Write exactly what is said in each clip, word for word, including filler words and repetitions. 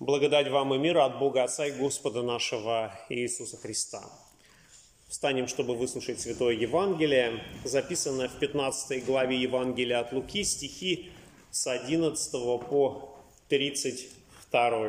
Благодать вам и мир от Бога Отца и Господа нашего Иисуса Христа. Встанем, чтобы выслушать Святое Евангелие, записанное в пятнадцатой главе Евангелия от Луки, стихи с одиннадцатого по тридцать второй.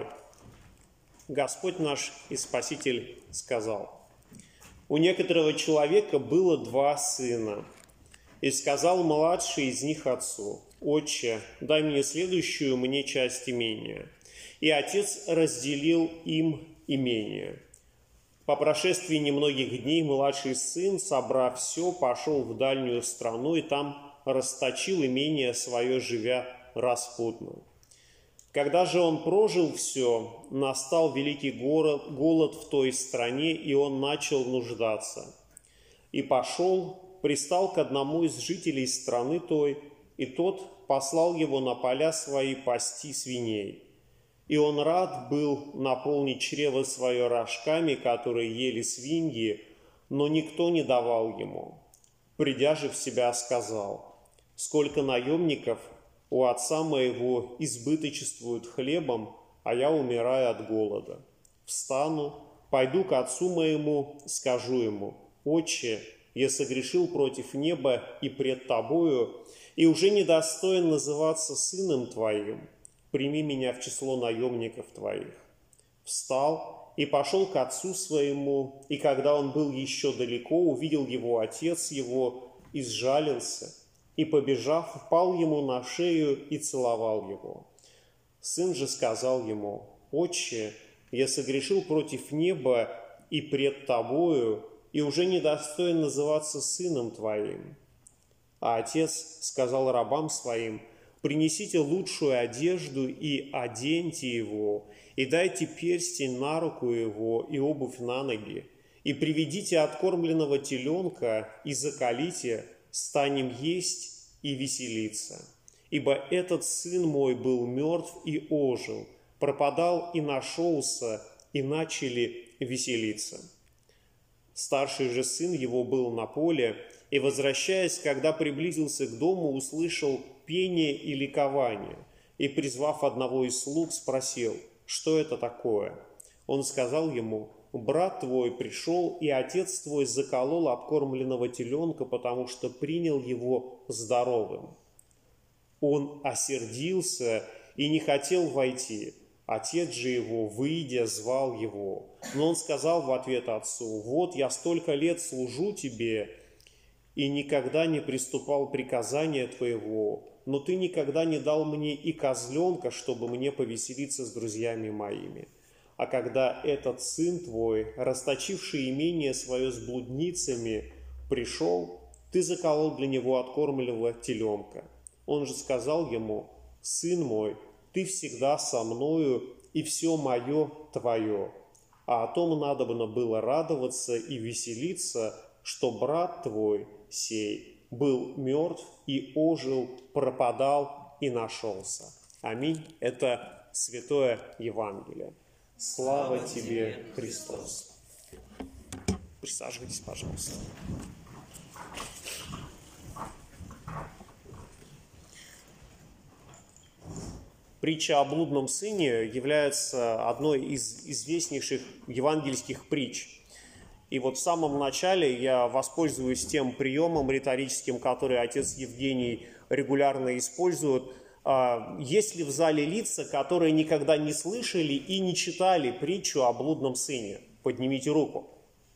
Господь наш и Спаситель сказал: «У некоторого человека было два сына, и сказал младший из них отцу: Отче, дай мне следующую мне часть имения. И отец разделил им имение. По прошествии немногих дней младший сын, собрав все, пошел в дальнюю страну и там расточил имение свое, живя распутно. Когда же он прожил все, настал великий голод в той стране, и он начал нуждаться. И пошел, пристал к одному из жителей страны той, и тот послал его на поля свои пасти свиней. И он рад был наполнить чрево свое рожками, которые ели свиньи, но никто не давал ему. Придя же в себя, сказал: сколько наемников у отца моего избыточествуют хлебом, а я умираю от голода. Встану, пойду к отцу моему, скажу ему: Отче, я согрешил против неба и пред тобою, и уже недостоин называться сыном твоим. Прими меня в число наемников твоих. Встал и пошел к отцу своему, и когда он был еще далеко, увидел его отец его и сжалился, и, побежав, упал ему на шею и целовал его. Сын же сказал ему: Отче, я согрешил против неба и пред тобою, и уже недостоин называться сыном твоим. А отец сказал рабам своим: принесите лучшую одежду и оденьте его, и дайте перстень на руку его и обувь на ноги, и приведите откормленного теленка и заколите, станем есть и веселиться. Ибо этот сын мой был мертв и ожил, пропадал и нашелся, и начали веселиться. Старший же сын его был на поле, и, возвращаясь, когда приблизился к дому, услышал пение и ликование, и, призвав одного из слуг, спросил: что это такое? Он сказал ему: брат твой пришел, и отец твой заколол обкормленного теленка, потому что принял его здоровым. Он осердился и не хотел войти. Отец же его, выйдя, звал его. Но он сказал в ответ отцу: вот я столько лет служу тебе и никогда не приступал приказания твоего, но ты никогда не дал мне и козленка, чтобы мне повеселиться с друзьями моими. А когда этот сын твой, расточивший имение свое с блудницами, пришел, ты заколол для него откормленного теленка. Он же сказал ему: сын мой, ты всегда со мною, и все мое твое. А о том надобно было радоваться и веселиться, что брат твой сей был мертв и ожил, пропадал и нашелся. Аминь. Это Святое Евангелие. Слава тебе, Христос. Присаживайтесь, пожалуйста. Притча о блудном сыне является одной из известнейших евангельских притч. И вот в самом начале я воспользуюсь тем приемом риторическим, который отец Евгений регулярно использует. Есть ли в зале лица, которые никогда не слышали и не читали притчу о блудном сыне? Поднимите руку.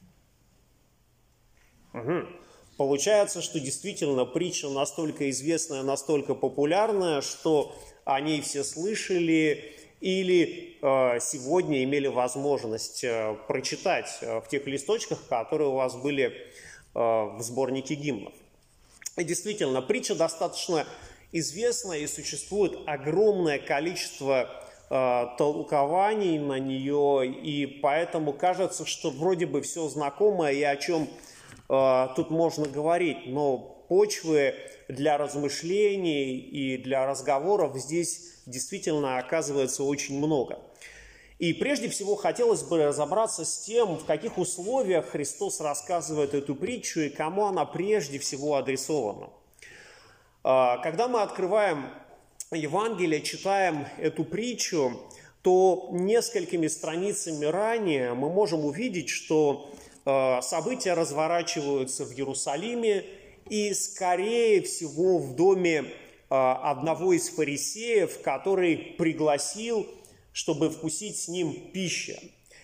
Угу. Получается, что действительно притча настолько известная, настолько популярная, что о ней все слышали или э, сегодня имели возможность э, прочитать э, в тех листочках, которые у вас были э, в сборнике гимнов. И действительно, притча достаточно известна, и существует огромное количество э, толкований на нее, и поэтому кажется, что вроде бы все знакомо и о чем э, тут можно говорить, но почвы для размышлений и для разговоров здесь действительно оказывается очень много. И прежде всего хотелось бы разобраться с тем, в каких условиях Христос рассказывает эту притчу и кому она прежде всего адресована. Когда мы открываем Евангелие, читаем эту притчу, то несколькими страницами ранее мы можем увидеть, что э, события разворачиваются в Иерусалиме и, скорее всего, в доме э, одного из фарисеев, который пригласил, чтобы вкусить с ним пищи.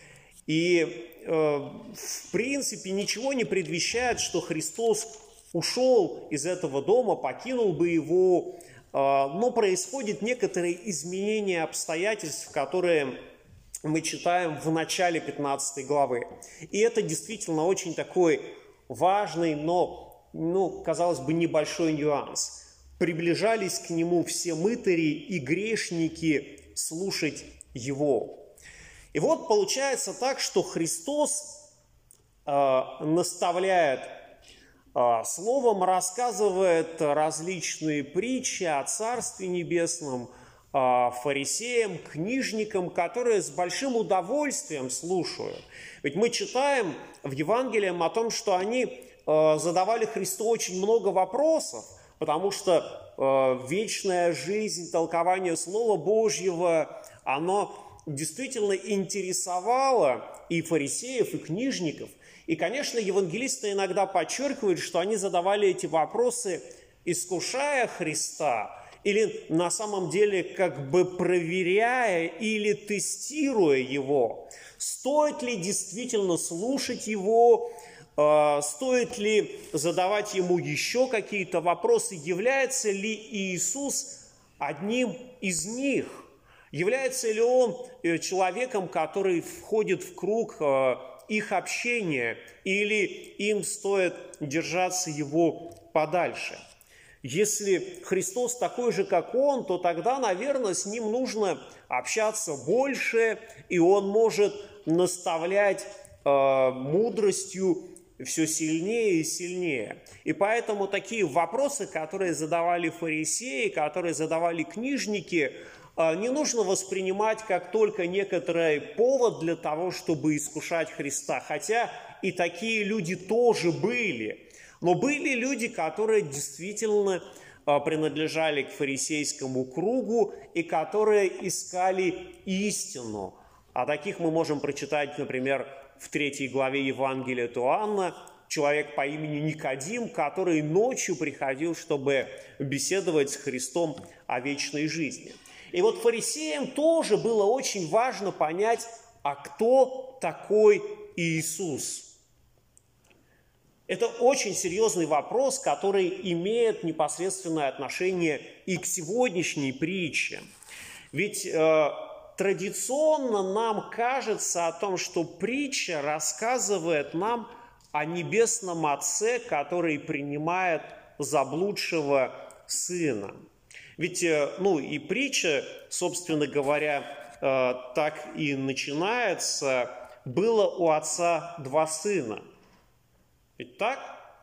И, э, в принципе, ничего не предвещает, что Христос ушел из этого дома, покинул бы его, но происходит некоторые изменения обстоятельств, которые мы читаем в начале пятнадцатой главы. И это действительно очень такой важный, но, ну, казалось бы, небольшой нюанс. Приближались к нему все мытари и грешники слушать его. И вот получается так, что Христос э, наставляет словом, рассказывает различные притчи о Царстве Небесном, фарисеям, книжникам, которые с большим удовольствием слушают. Ведь мы читаем в Евангелии о том, что они задавали Христу очень много вопросов, потому что вечная жизнь, толкование Слова Божьего, оно действительно интересовало и фарисеев, и книжников. И, конечно, евангелисты иногда подчеркивают, что они задавали эти вопросы, искушая Христа, или на самом деле как бы проверяя или тестируя Его. Стоит ли действительно слушать Его, стоит ли задавать Ему еще какие-то вопросы, является ли Иисус одним из них? Является ли Он человеком, который входит в круг их общения, или им стоит держаться его подальше? Если Христос такой же, как Он, то тогда, наверное, с Ним нужно общаться больше, и Он может наставлять э, мудростью все сильнее и сильнее. И поэтому такие вопросы, которые задавали фарисеи, которые задавали книжники, не нужно воспринимать как только некоторый повод для того, чтобы искушать Христа. Хотя и такие люди тоже были. Но были люди, которые действительно принадлежали к фарисейскому кругу и которые искали истину. А таких мы можем прочитать, например, в третьей главе Евангелия от Иоанна. Человек по имени Никодим, который ночью приходил, чтобы беседовать с Христом о вечной жизни. И вот фарисеям тоже было очень важно понять, а кто такой Иисус? Это очень серьезный вопрос, который имеет непосредственное отношение и к сегодняшней притче. Ведь э, традиционно нам кажется о том, что притча рассказывает нам о небесном Отце, который принимает заблудшего сына. Ведь, ну, и притча, собственно говоря, так и начинается. Было у отца два сына. Ведь так?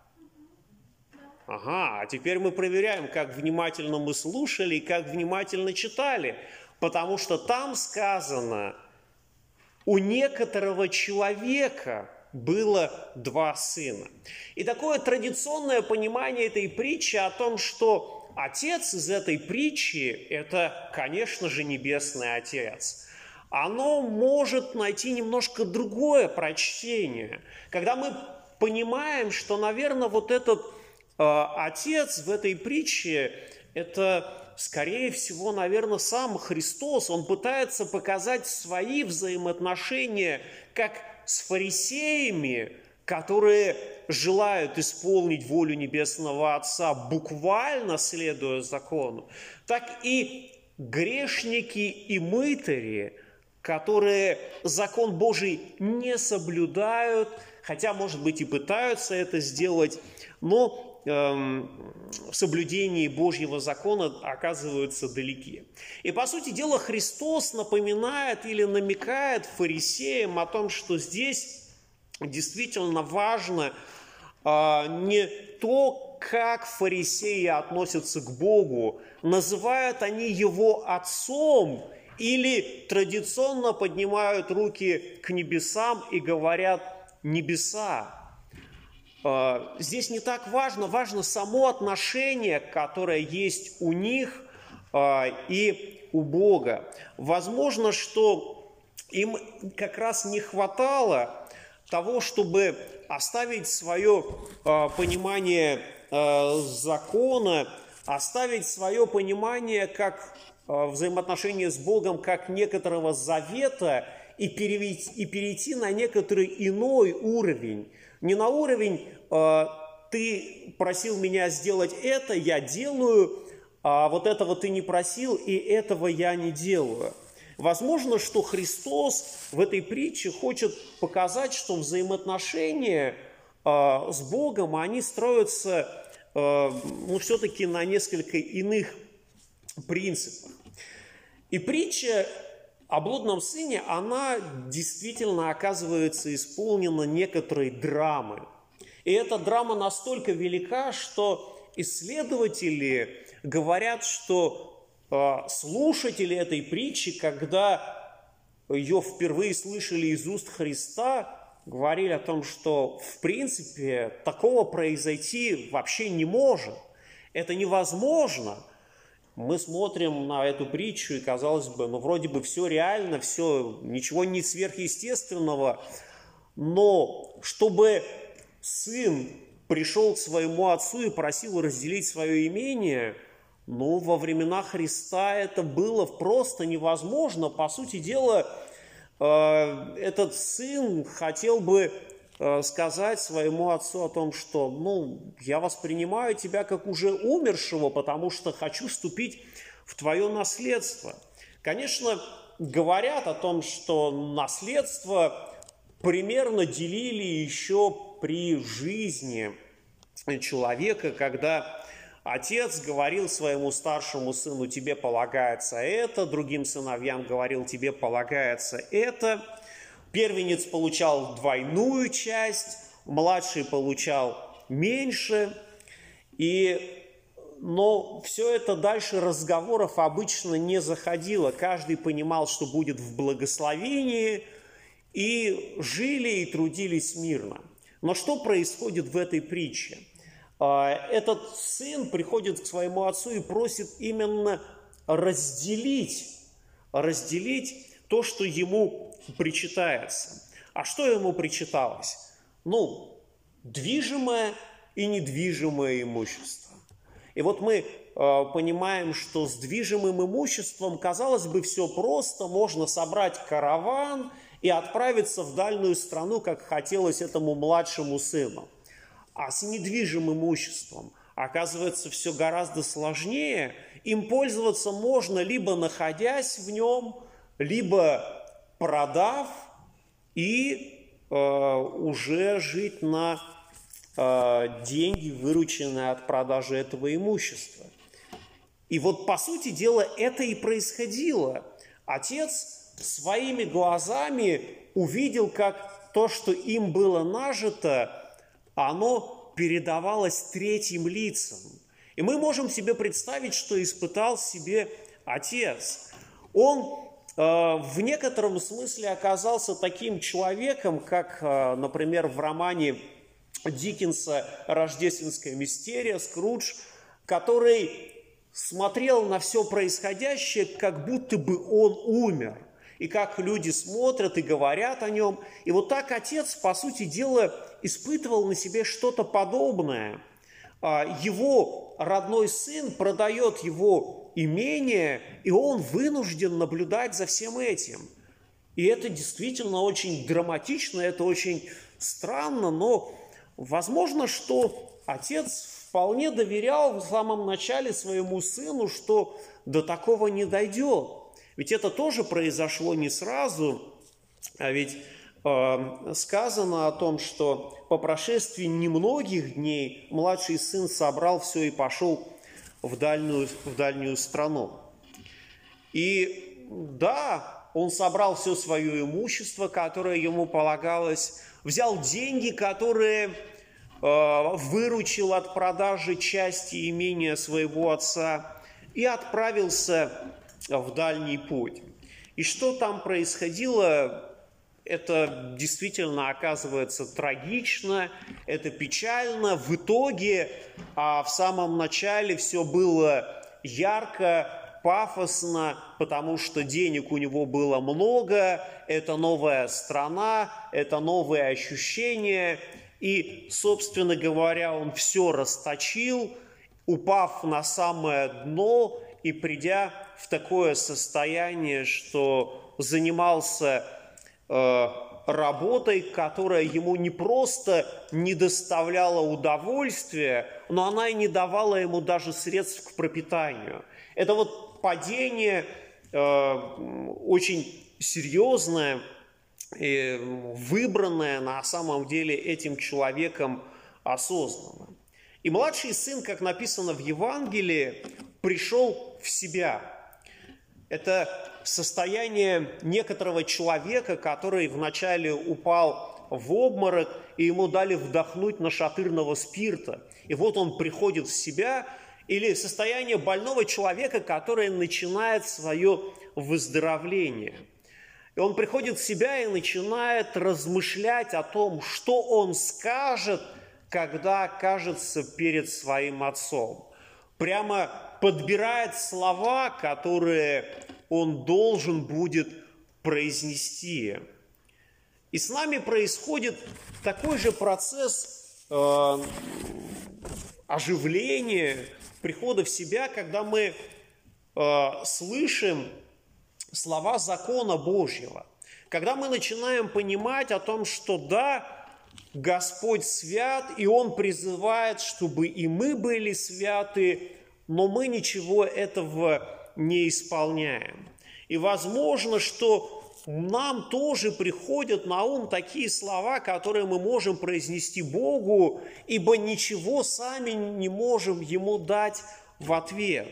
Ага, а теперь мы проверяем, как внимательно мы слушали и как внимательно читали. Потому что там сказано, у некоторого человека было два сына. И такое традиционное понимание этой притчи о том, что Отец из этой притчи – это, конечно же, Небесный Отец. Оно может найти немножко другое прочтение. Когда мы понимаем, что, наверное, вот этот э, Отец в этой притче – это, скорее всего, наверное, сам Христос. Он пытается показать свои взаимоотношения как с фарисеями, которые желают исполнить волю Небесного Отца, буквально следуя закону, так и грешники и мытари, которые закон Божий не соблюдают, хотя, может быть, и пытаются это сделать, но эм, в соблюдении Божьего закона оказываются далеки. И, по сути дела, Христос напоминает или намекает фарисеям о том, что здесь действительно важно а, не то, как фарисеи относятся к Богу, называют они Его Отцом или традиционно поднимают руки к небесам и говорят «небеса». Здесь не так важно, важно само отношение, которое есть у них и у Бога. Возможно, что им как раз не хватало того, чтобы оставить свое понимание закона, оставить свое понимание как взаимоотношения с Богом, как некоторого завета, и перейти, и перейти на некоторый иной уровень. Не на уровень «ты просил меня сделать это, я делаю», а вот этого ты не просил, и этого я не делаю. Возможно, что Христос в этой притче хочет показать, что взаимоотношения э, с Богом, они строятся э, ну, все-таки на несколько иных принципах. И притча о блудном сыне, она действительно оказывается исполнена некоторой драмой. И эта драма настолько велика, что исследователи говорят, что э, слушатели этой притчи, когда ее впервые слышали из уст Христа, говорили о том, что в принципе такого произойти вообще не может. Это невозможно. Мы смотрим на эту притчу, и казалось бы, ну вроде бы все реально, все, ничего не сверхъестественного, но чтобы сын пришел к своему отцу и просил разделить свое имение, ну, во времена Христа это было просто невозможно. По сути дела, этот сын хотел бы сказать своему отцу о том, что, ну, я воспринимаю тебя как уже умершего, потому что хочу вступить в твое наследство. Конечно, говорят о том, что наследство примерно делили еще при жизни человека, когда отец говорил своему старшему сыну: тебе полагается это, другим сыновьям говорил: тебе полагается это. Первенец получал двойную часть, младший получал меньше. И, но все это дальше разговоров обычно не заходило. Каждый понимал, что будет в благословении, и жили и трудились мирно. Но что происходит в этой притче? Этот сын приходит к своему отцу и просит именно разделить, разделить то, что ему причитается. А что ему причиталось? Ну, движимое и недвижимое имущество. И вот мы э, понимаем, что с движимым имуществом, казалось бы, все просто. Можно собрать караван и отправиться в дальнюю страну, как хотелось этому младшему сыну. А с недвижимым имуществом, оказывается, все гораздо сложнее. Им пользоваться можно, либо находясь в нем, либо продав и э, уже жить на э, деньги, вырученные от продажи этого имущества. И вот, по сути дела, это и происходило. Отец своими глазами увидел, как то, что им было нажито, оно передавалось третьим лицам. И мы можем себе представить, что испытал себе отец. Он в некотором смысле оказался таким человеком, как, например, в романе Диккенса «Рождественская мистерия» Скрудж, который смотрел на все происходящее, как будто бы он умер. И как люди смотрят и говорят о нем. И вот так отец, по сути дела, испытывал на себе что-то подобное. Его родной сын продает его имение, и он вынужден наблюдать за всем этим. И это действительно очень драматично, это очень странно, но возможно, что отец вполне доверял в самом начале своему сыну, что до такого не дойдет. Ведь это тоже произошло не сразу, а ведь э, сказано о том, что по прошествии немногих дней младший сын собрал все и пошел в дальнюю, в дальнюю страну. И да, он собрал все свое имущество, которое ему полагалось, взял деньги, которые э, выручил от продажи части имения своего отца, и отправился в дальний путь. И что там происходило, это действительно оказывается трагично, это печально. В итоге, а в самом начале все было ярко, пафосно, потому что денег у него было много, это новая страна, это новые ощущения. И, собственно говоря, он все расточил, упав на самое дно и придя в такое состояние, что занимался э, работой, которая ему не просто не доставляла удовольствия, но она и не давала ему даже средств к пропитанию. Это вот падение э, очень серьезное, э, выбранное на самом деле этим человеком осознанно. И младший сын, как написано в Евангелии, пришел в себя. Это состояние некоторого человека, который вначале упал в обморок, и ему дали вдохнуть нашатырного спирта. И вот он приходит в себя, или состояние больного человека, который начинает свое выздоровление. И он приходит в себя и начинает размышлять о том, что он скажет, когда окажется перед своим отцом. Прямо подбирает слова, которые он должен будет произнести. И с нами происходит такой же процесс э, оживления, прихода в себя, когда мы э, слышим слова закона Божьего. Когда мы начинаем понимать о том, что да, Господь свят, и Он призывает, чтобы и мы были святы, но мы ничего этого не исполняем. И возможно, что нам тоже приходят на ум такие слова, которые мы можем произнести Богу, ибо ничего сами не можем Ему дать в ответ.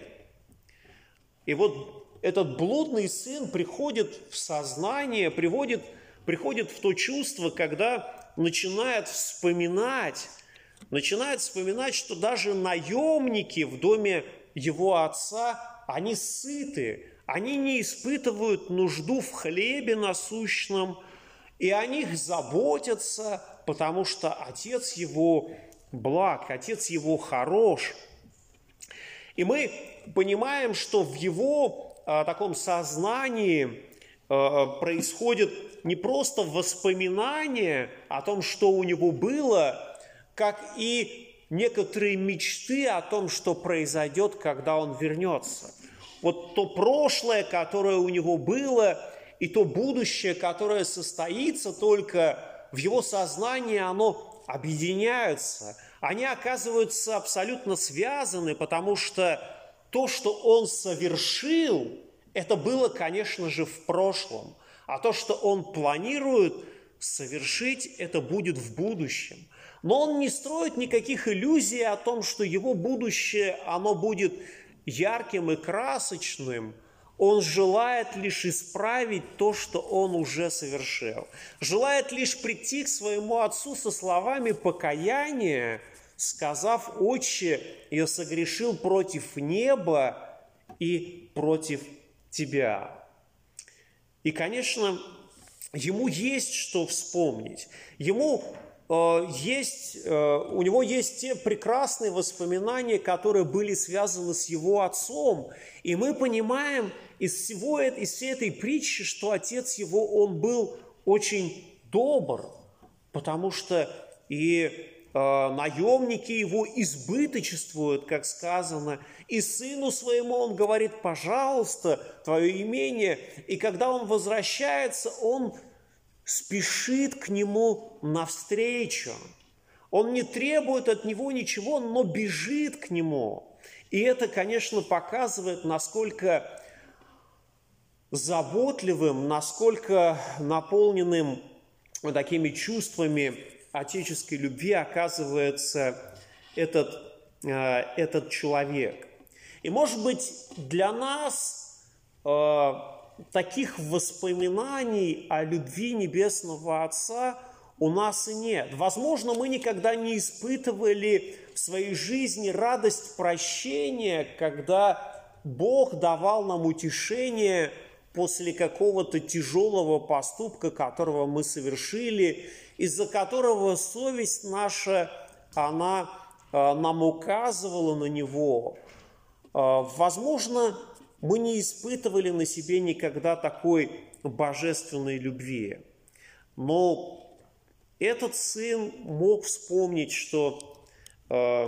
И вот этот блудный сын приходит в сознание, приводит, приходит в то чувство, когда начинает вспоминать, начинает вспоминать, что даже наемники в доме его отца, они сыты, они не испытывают нужду в хлебе насущном, и о них заботятся, потому что отец его благ, отец его хорош. И мы понимаем, что в его а, таком сознании а, происходит не просто воспоминание о том, что у него было, как и некоторые мечты о том, что произойдет, когда он вернется. Вот то прошлое, которое у него было, и то будущее, которое состоится только в его сознании, оно объединяются. Они оказываются абсолютно связаны, потому что то, что он совершил, это было, конечно же, в прошлом. А то, что он планирует совершить, это будет в будущем. Но он не строит никаких иллюзий о том, что его будущее, оно будет ярким и красочным. Он желает лишь исправить то, что он уже совершил. Желает лишь прийти к своему отцу со словами покаяния, сказав: «Отче, я согрешил против неба и против тебя». И, конечно, ему есть что вспомнить. Ему э, есть, э, у него есть те прекрасные воспоминания, которые были связаны с его отцом. И мы понимаем из всего из всей этой притчи, что отец его, он был очень добр, потому что и наемники его избыточествуют, как сказано, и сыну своему он говорит: пожалуйста, твое имение. И когда он возвращается, он спешит к нему навстречу. Он не требует от него ничего, но бежит к нему. И это, конечно, показывает, насколько заботливым, насколько наполненным такими чувствами отеческой любви оказывается этот, э, этот человек. И, может быть, для нас э, таких воспоминаний о любви Небесного Отца у нас и нет. Возможно, мы никогда не испытывали в своей жизни радость прощения, когда Бог давал нам утешение после какого-то тяжелого поступка, которого мы совершили, из-за которого совесть наша, она э, нам указывала на него. Э, возможно, мы не испытывали на себе никогда такой божественной любви. Но этот сын мог вспомнить, что э,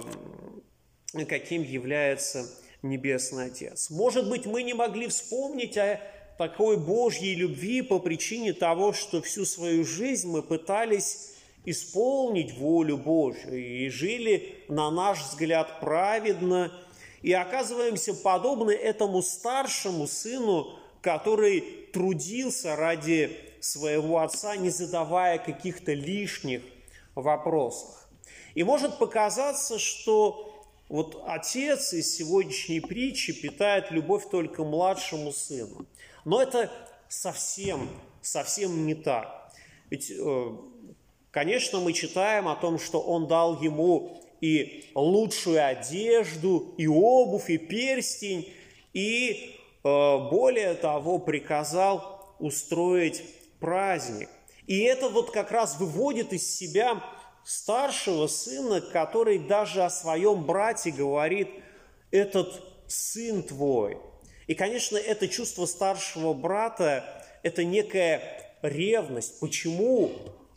каким является Небесный Отец. Может быть, мы не могли вспомнить о такой Божьей любви по причине того, что всю свою жизнь мы пытались исполнить волю Божью и жили, на наш взгляд, праведно, и оказываемся подобны этому старшему сыну, который трудился ради своего отца, не задавая каких-то лишних вопросов. И может показаться, что вот отец из сегодняшней притчи питает любовь только младшему сыну. Но это совсем, совсем не так. Ведь, конечно, мы читаем о том, что он дал ему и лучшую одежду, и обувь, и перстень, и, более того, приказал устроить праздник. И это вот как раз выводит из себя старшего сына, который даже о своем брате говорит: «Этот сын твой». И, конечно, это чувство старшего брата – это некая ревность. Почему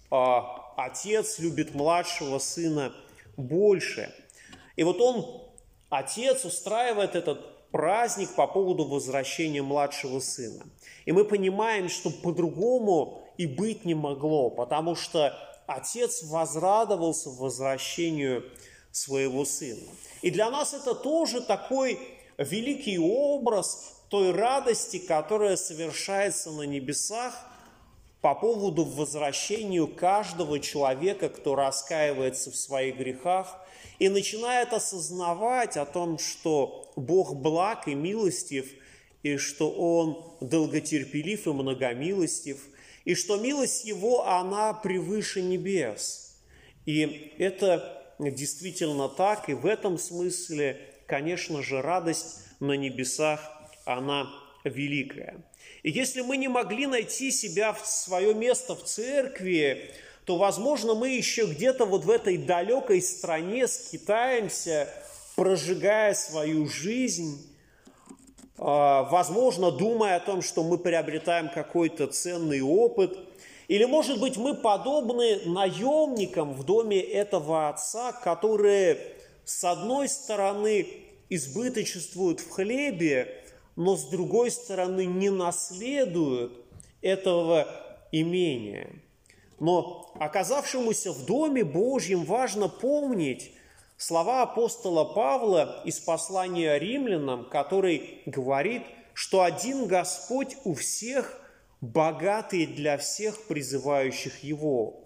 а, отец любит младшего сына больше? И вот он, отец, устраивает этот праздник по поводу возвращения младшего сына. И мы понимаем, что по-другому и быть не могло, потому что отец возрадовался возвращению своего сына. И для нас это тоже такой великий образ той радости, которая совершается на небесах по поводу возвращения каждого человека, кто раскаивается в своих грехах и начинает осознавать о том, что Бог благ и милостив, и что Он долготерпелив и многомилостив, и что милость Его, она превыше небес. И это действительно так, и в этом смысле, конечно же, радость на небесах, она великая. И если мы не могли найти себя, в свое место в церкви, то, возможно, мы еще где-то вот в этой далекой стране скитаемся, прожигая свою жизнь, возможно, думая о том, что мы приобретаем какой-то ценный опыт. Или, может быть, мы подобны наемникам в доме этого отца, которые, с одной стороны, избыточествуют в хлебе, но, с другой стороны, не наследуют этого имения. Но оказавшемуся в Доме Божьем важно помнить слова апостола Павла из послания римлянам, который говорит, что один Господь у всех, богатый для всех призывающих Его.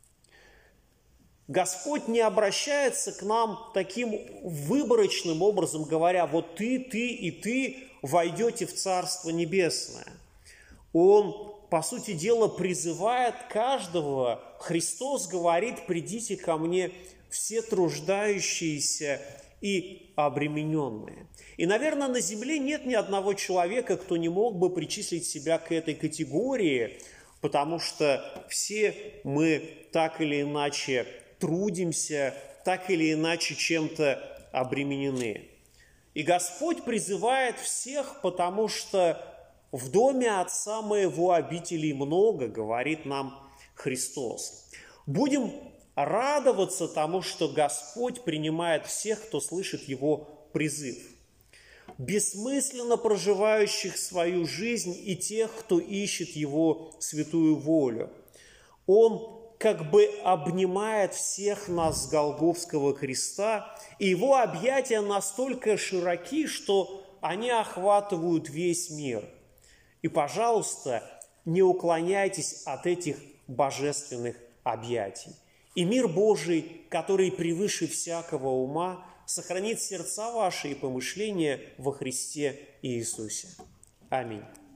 Господь не обращается к нам таким выборочным образом, говоря: вот ты, ты и ты войдете в Царство Небесное. Он, по сути дела, призывает каждого. Христос говорит: придите ко мне все труждающиеся и обремененные. И, наверное, на земле нет ни одного человека, кто не мог бы причислить себя к этой категории, потому что все мы так или иначе трудимся, так или иначе чем-то обременены. И Господь призывает всех, потому что в доме Отца моего обителей много, говорит нам Христос. Будем радоваться тому, что Господь принимает всех, кто слышит Его призыв. Бессмысленно проживающих свою жизнь и тех, кто ищет Его святую волю. Он как бы обнимает всех нас с Голгофского креста, и Его объятия настолько широки, что они охватывают весь мир. И, пожалуйста, не уклоняйтесь от этих божественных объятий. И мир Божий, который превыше всякого ума, сохранит сердца ваши и помышления во Христе Иисусе. Аминь.